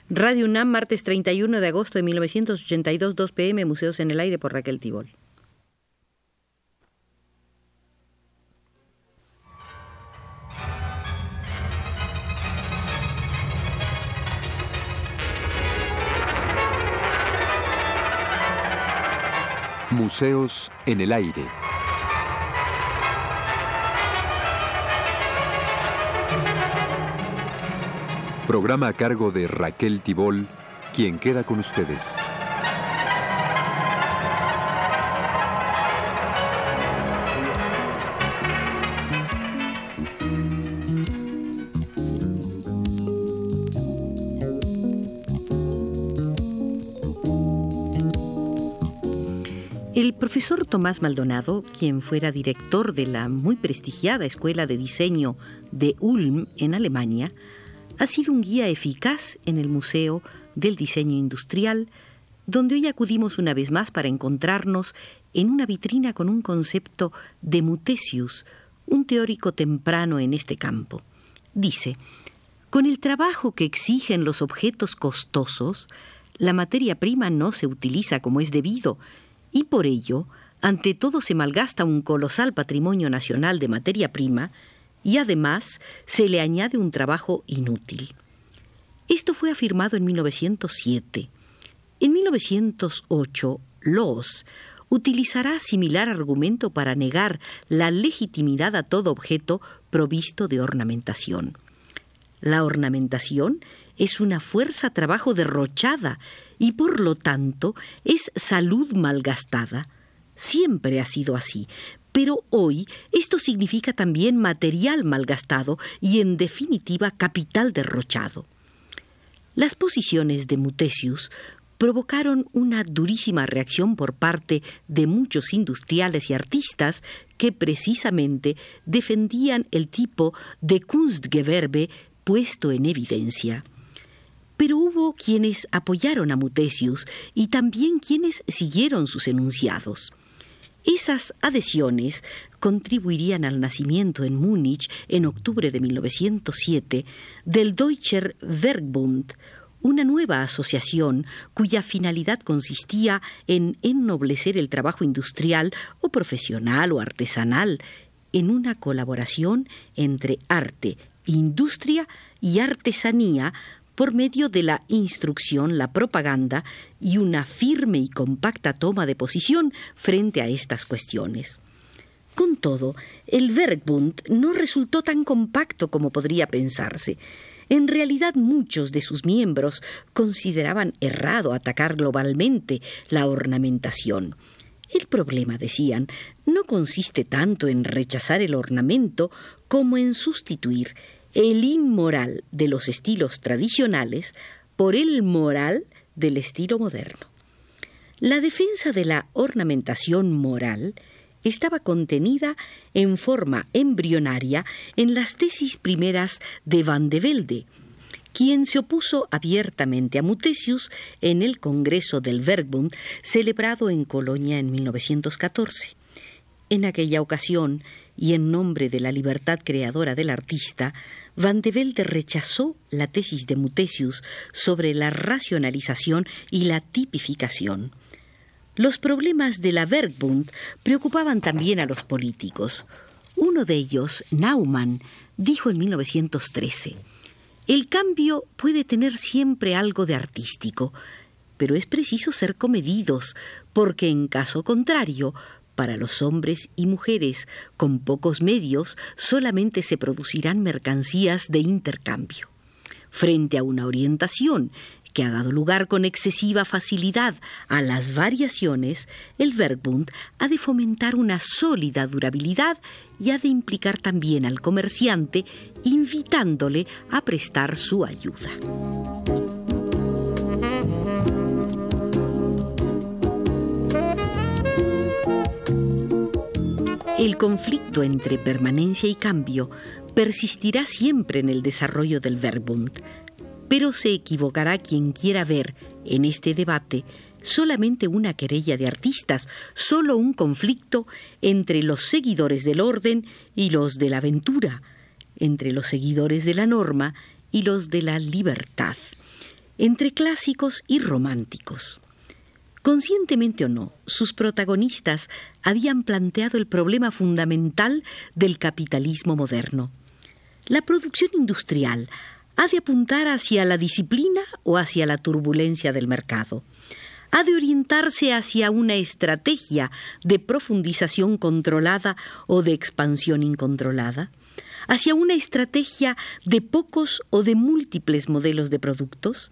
Radio UNAM, martes 31 de agosto de 1982, 2 p.m., Museos en el Aire, por Raquel Tibol. Museos en el Aire. Programa a cargo de Raquel Tibol, quien queda con ustedes. El profesor Tomás Maldonado, quien fuera director de la muy prestigiada Escuela de Diseño de Ulm en Alemania, ha sido un guía eficaz en el Museo del Diseño Industrial, donde hoy acudimos una vez más para encontrarnos en una vitrina con un concepto de Mutesius, un teórico temprano en este campo. Dice: con el trabajo que exigen los objetos costosos, la materia prima no se utiliza como es debido, y por ello, ante todo se malgasta un colosal patrimonio nacional de materia prima, y además se le añade un trabajo inútil. Esto fue afirmado en 1907. En 1908, Loos utilizará similar argumento para negar la legitimidad a todo objeto provisto de ornamentación. La ornamentación es una fuerza trabajo derrochada y por lo tanto es salud malgastada. Siempre ha sido así. Pero hoy esto significa también material malgastado y, en definitiva, capital derrochado. Las posiciones de Mutesius provocaron una durísima reacción por parte de muchos industriales y artistas que precisamente defendían el tipo de Kunstgewerbe puesto en evidencia. Pero hubo quienes apoyaron a Mutesius y también quienes siguieron sus enunciados. Esas adhesiones contribuirían al nacimiento en Múnich, en octubre de 1907, del Deutscher Werkbund, una nueva asociación cuya finalidad consistía en ennoblecer el trabajo industrial o profesional o artesanal en una colaboración entre arte, industria y artesanía por medio de la instrucción, la propaganda y una firme y compacta toma de posición frente a estas cuestiones. Con todo, el Werkbund no resultó tan compacto como podría pensarse. En realidad, muchos de sus miembros consideraban errado atacar globalmente la ornamentación. El problema, decían, no consiste tanto en rechazar el ornamento como en sustituir el inmoral de los estilos tradicionales por el moral del estilo moderno. La defensa de la ornamentación moral estaba contenida en forma embrionaria en las tesis primeras de Van de Velde, quien se opuso abiertamente a Mutesius en el Congreso del Werkbund celebrado en Colonia en 1914. En aquella ocasión, y en nombre de la libertad creadora del artista, Van de Velde rechazó la tesis de Mutesius sobre la racionalización y la tipificación. Los problemas de la Werkbund preocupaban también a los políticos. Uno de ellos, Naumann, dijo en 1913: «El cambio puede tener siempre algo de artístico, pero es preciso ser comedidos, porque en caso contrario, para los hombres y mujeres con pocos medios solamente se producirán mercancías de intercambio. Frente a una orientación que ha dado lugar con excesiva facilidad a las variaciones, el Werkbund ha de fomentar una sólida durabilidad y ha de implicar también al comerciante, invitándole a prestar su ayuda». El conflicto entre permanencia y cambio persistirá siempre en el desarrollo del Werkbund, pero se equivocará quien quiera ver en este debate solamente una querella de artistas, solo un conflicto entre los seguidores del orden y los de la aventura, entre los seguidores de la norma y los de la libertad. entre clásicos y románticos. Conscientemente o no, sus protagonistas habían planteado el problema fundamental del capitalismo moderno. La producción industrial ha de apuntar hacia la disciplina o hacia la turbulencia del mercado. Ha de orientarse hacia una estrategia de profundización controlada o de expansión incontrolada, hacia una estrategia de pocos o de múltiples modelos de productos.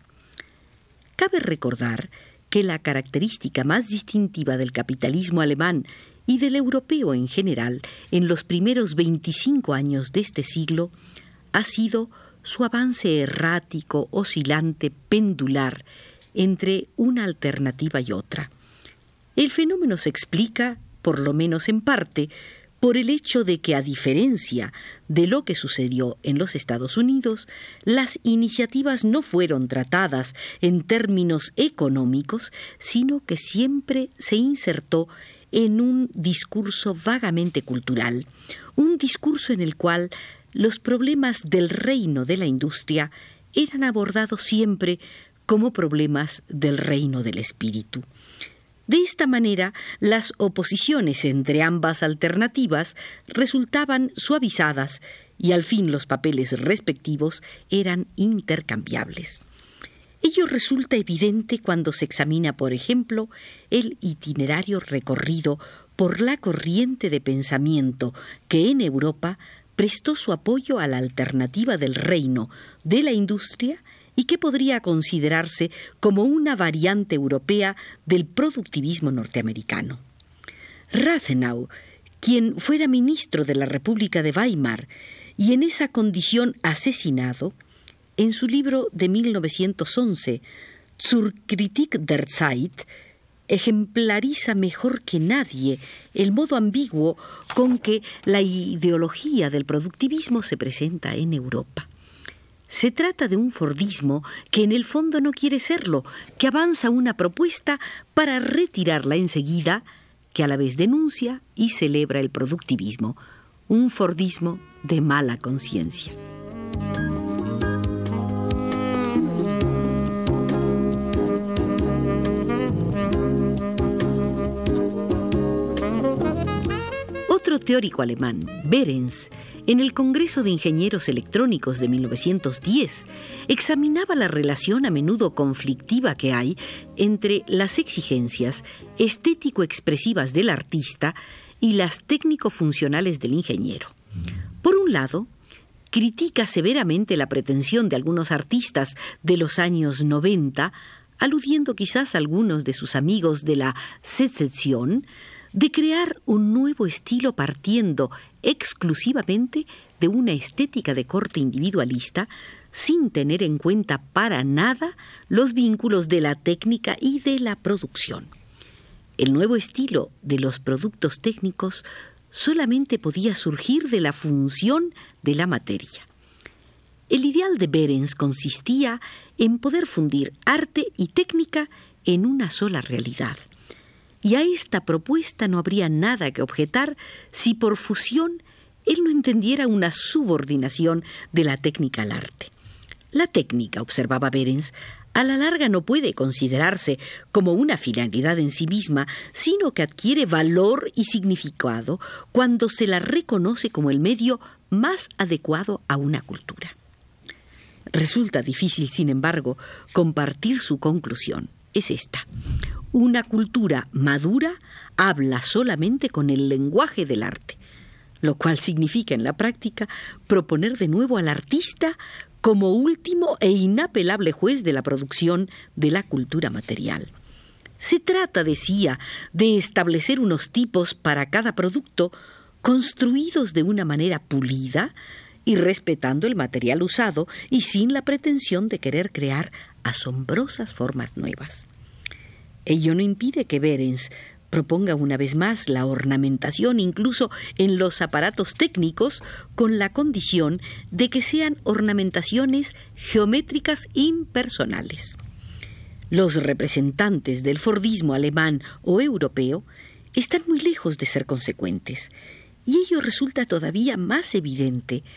Cabe recordar que la característica más distintiva del capitalismo alemán y del europeo en general en los primeros 25 años de este siglo ha sido su avance errático, oscilante, pendular entre una alternativa y otra. El fenómeno se explica, por lo menos en parte, por el hecho de que, a diferencia de lo que sucedió en los Estados Unidos, las iniciativas no fueron tratadas en términos económicos, sino que siempre se insertó en un discurso vagamente cultural, un discurso en el cual los problemas del reino de la industria eran abordados siempre como problemas del reino del espíritu. De esta manera, las oposiciones entre ambas alternativas resultaban suavizadas y al fin los papeles respectivos eran intercambiables. Ello resulta evidente cuando se examina, por ejemplo, el itinerario recorrido por la corriente de pensamiento que en Europa prestó su apoyo a la alternativa del reino de la industria y que podría considerarse como una variante europea del productivismo norteamericano. Rathenau, quien fuera ministro de la República de Weimar y en esa condición asesinado, en su libro de 1911, Zur Kritik der Zeit, ejemplariza mejor que nadie el modo ambiguo con que la ideología del productivismo se presenta en Europa. Se trata de un fordismo que en el fondo no quiere serlo, que avanza una propuesta para retirarla enseguida, que a la vez denuncia y celebra el productivismo, un fordismo de mala conciencia. Otro teórico alemán, Behrens, en el Congreso de Ingenieros Electrónicos de 1910, examinaba la relación a menudo conflictiva que hay entre las exigencias estético-expresivas del artista y las técnico-funcionales del ingeniero. Por un lado, critica severamente la pretensión de algunos artistas de los años 90, aludiendo quizás a algunos de sus amigos de la Sezession, de crear un nuevo estilo partiendo exclusivamente de una estética de corte individualista, sin tener en cuenta para nada los vínculos de la técnica y de la producción. El nuevo estilo de los productos técnicos solamente podía surgir de la función de la materia. El ideal de Behrens consistía en poder fundir arte y técnica en una sola realidad. Y a esta propuesta no habría nada que objetar si por fusión él no entendiera una subordinación de la técnica al arte. La técnica, observaba Behrens, a la larga no puede considerarse como una finalidad en sí misma, sino que adquiere valor y significado cuando se la reconoce como el medio más adecuado a una cultura. Resulta difícil, sin embargo, compartir su conclusión. Es esta: una cultura madura habla solamente con el lenguaje del arte, lo cual significa en la práctica proponer de nuevo al artista como último e inapelable juez de la producción de la cultura material. Se trata, decía, de establecer unos tipos para cada producto construidos de una manera pulida y respetando el material usado y sin la pretensión de querer crear asombrosas formas nuevas. Ello no impide que Behrens proponga una vez más la ornamentación incluso en los aparatos técnicos, con la condición de que sean ornamentaciones geométricas impersonales. Los representantes del fordismo alemán o europeo están muy lejos de ser consecuentes, y ello resulta todavía más evidente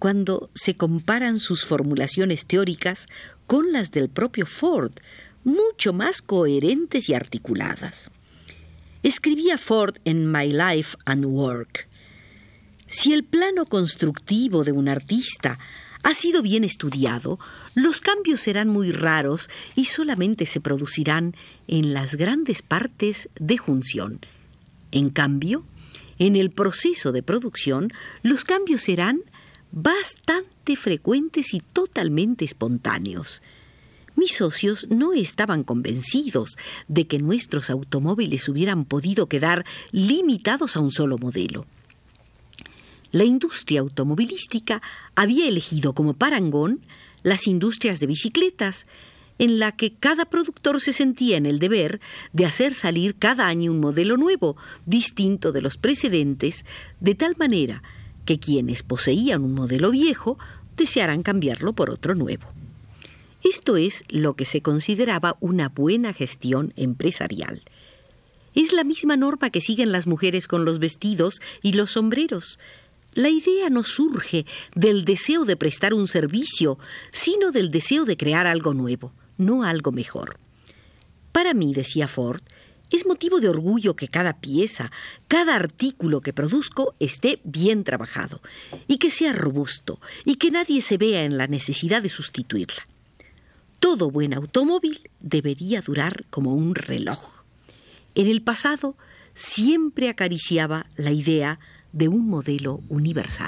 cuando se comparan sus formulaciones teóricas con las del propio Ford, mucho más coherentes y articuladas. Escribía Ford en My Life and Work: si el plano constructivo de un artista ha sido bien estudiado, los cambios serán muy raros y solamente se producirán en las grandes partes de junción. En cambio, en el proceso de producción, los cambios serán bastante frecuentes y totalmente espontáneos. Mis socios no estaban convencidos de que nuestros automóviles hubieran podido quedar limitados a un solo modelo. La industria automovilística había elegido como parangón las industrias de bicicletas, en la que cada productor se sentía en el deber de hacer salir cada año un modelo nuevo, distinto de los precedentes, de tal manera que quienes poseían un modelo viejo desearan cambiarlo por otro nuevo. Esto es lo que se consideraba una buena gestión empresarial. Es la misma norma que siguen las mujeres con los vestidos y los sombreros. La idea no surge del deseo de prestar un servicio, sino del deseo de crear algo nuevo, no algo mejor. Para mí, decía Ford, es motivo de orgullo que cada pieza, cada artículo que produzco esté bien trabajado y que sea robusto y que nadie se vea en la necesidad de sustituirla. Todo buen automóvil debería durar como un reloj. En el pasado siempre acariciaba la idea de un modelo universal.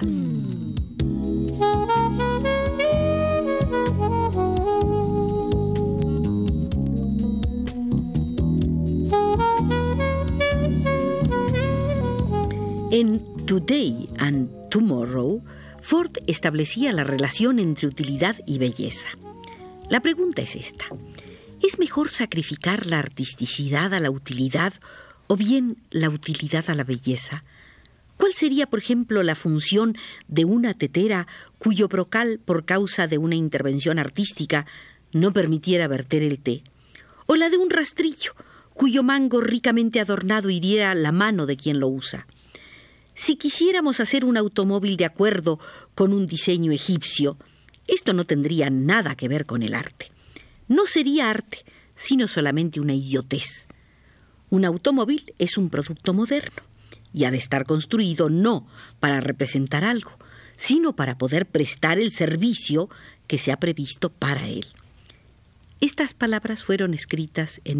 En Today and Tomorrow, Ford establecía la relación entre utilidad y belleza. La pregunta es esta: ¿es mejor sacrificar la artisticidad a la utilidad o bien la utilidad a la belleza? ¿Cuál sería, por ejemplo, la función de una tetera cuyo brocal, por causa de una intervención artística, no permitiera verter el té? ¿O la de un rastrillo, cuyo mango ricamente adornado hiriera la mano de quien lo usa? Si quisiéramos hacer un automóvil de acuerdo con un diseño egipcio, esto no tendría nada que ver con el arte. No sería arte, sino solamente una idiotez. Un automóvil es un producto moderno y ha de estar construido no para representar algo, sino para poder prestar el servicio que se ha previsto para él. Estas palabras fueron escritas en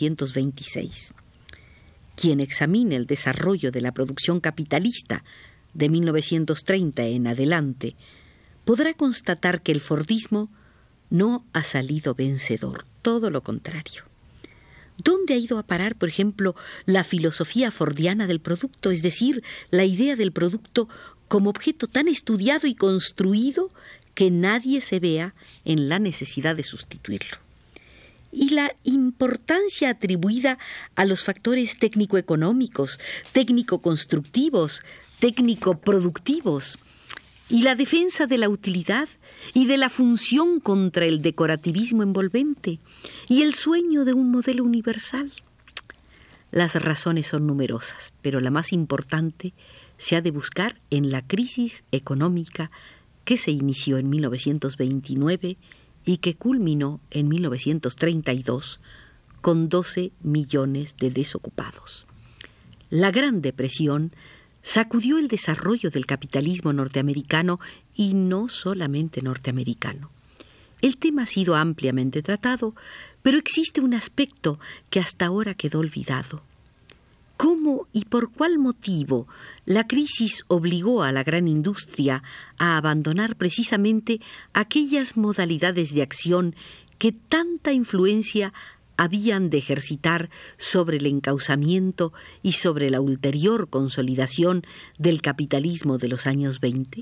1926. Quien examine el desarrollo de la producción capitalista de 1930 en adelante podrá constatar que el fordismo no ha salido vencedor, todo lo contrario. ¿Dónde ha ido a parar, por ejemplo, la filosofía fordiana del producto, es decir, la idea del producto como objeto tan estudiado y construido que nadie se vea en la necesidad de sustituirlo? Y la importancia atribuida a los factores técnico-económicos, técnico-constructivos, técnico-productivos, y la defensa de la utilidad y de la función contra el decorativismo envolvente, y el sueño de un modelo universal. Las razones son numerosas, pero la más importante se ha de buscar en la crisis económica que se inició en 1929 y que culminó en 1932 con 12 millones de desocupados. La Gran Depresión sacudió el desarrollo del capitalismo norteamericano y no solamente norteamericano. El tema ha sido ampliamente tratado, pero existe un aspecto que hasta ahora quedó olvidado. ¿Cómo y por cuál motivo la crisis obligó a la gran industria a abandonar precisamente aquellas modalidades de acción que tanta influencia habían de ejercitar sobre el encauzamiento y sobre la ulterior consolidación del capitalismo de los años 20?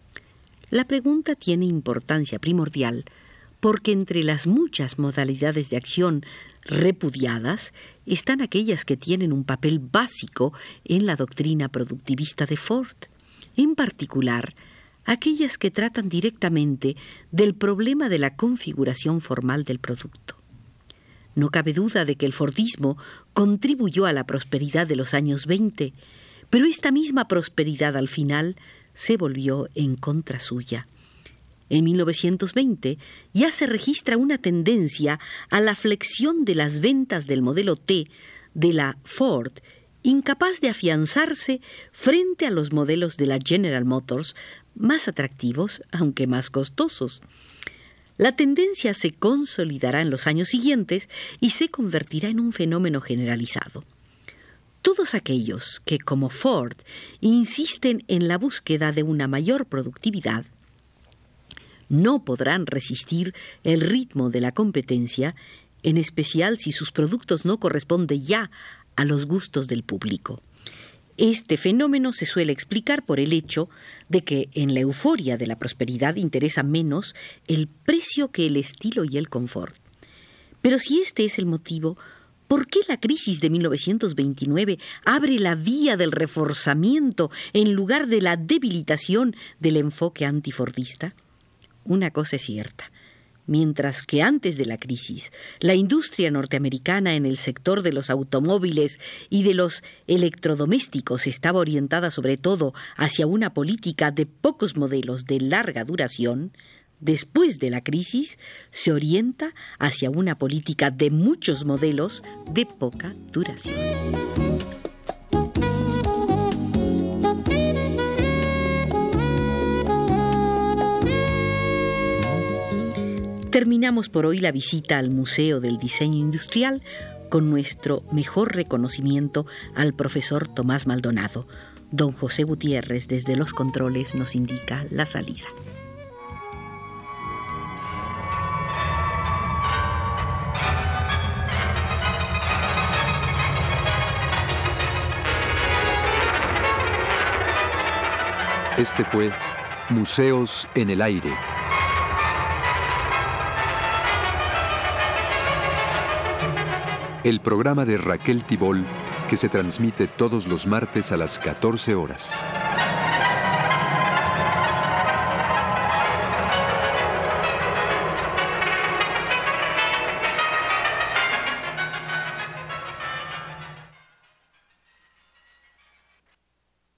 La pregunta tiene importancia primordial porque entre las muchas modalidades de acción repudiadas están aquellas que tienen un papel básico en la doctrina productivista de Ford, en particular aquellas que tratan directamente del problema de la configuración formal del producto. No cabe duda de que el fordismo contribuyó a la prosperidad de los años 20, pero esta misma prosperidad al final se volvió en contra suya. En 1920 ya se registra una tendencia a la flexión de las ventas del modelo T de la Ford, incapaz de afianzarse frente a los modelos de la General Motors, más atractivos, aunque más costosos. La tendencia se consolidará en los años siguientes y se convertirá en un fenómeno generalizado. Todos aquellos que, como Ford, insisten en la búsqueda de una mayor productividad, no podrán resistir el ritmo de la competencia, en especial si sus productos no corresponden ya a los gustos del público. Este fenómeno se suele explicar por el hecho de que en la euforia de la prosperidad interesa menos el precio que el estilo y el confort. Pero si este es el motivo, ¿por qué la crisis de 1929 abre la vía del reforzamiento en lugar de la debilitación del enfoque antifordista? Una cosa es cierta. Mientras que antes de la crisis, la industria norteamericana en el sector de los automóviles y de los electrodomésticos estaba orientada sobre todo hacia una política de pocos modelos de larga duración, después de la crisis se orienta hacia una política de muchos modelos de poca duración. Terminamos por hoy la visita al Museo del Diseño Industrial con nuestro mejor reconocimiento al profesor Tomás Maldonado. Don José Gutiérrez, desde los controles, nos indica la salida. Este fue Museos en el Aire. El programa de Raquel Tibol, que se transmite todos los martes a las 14 horas.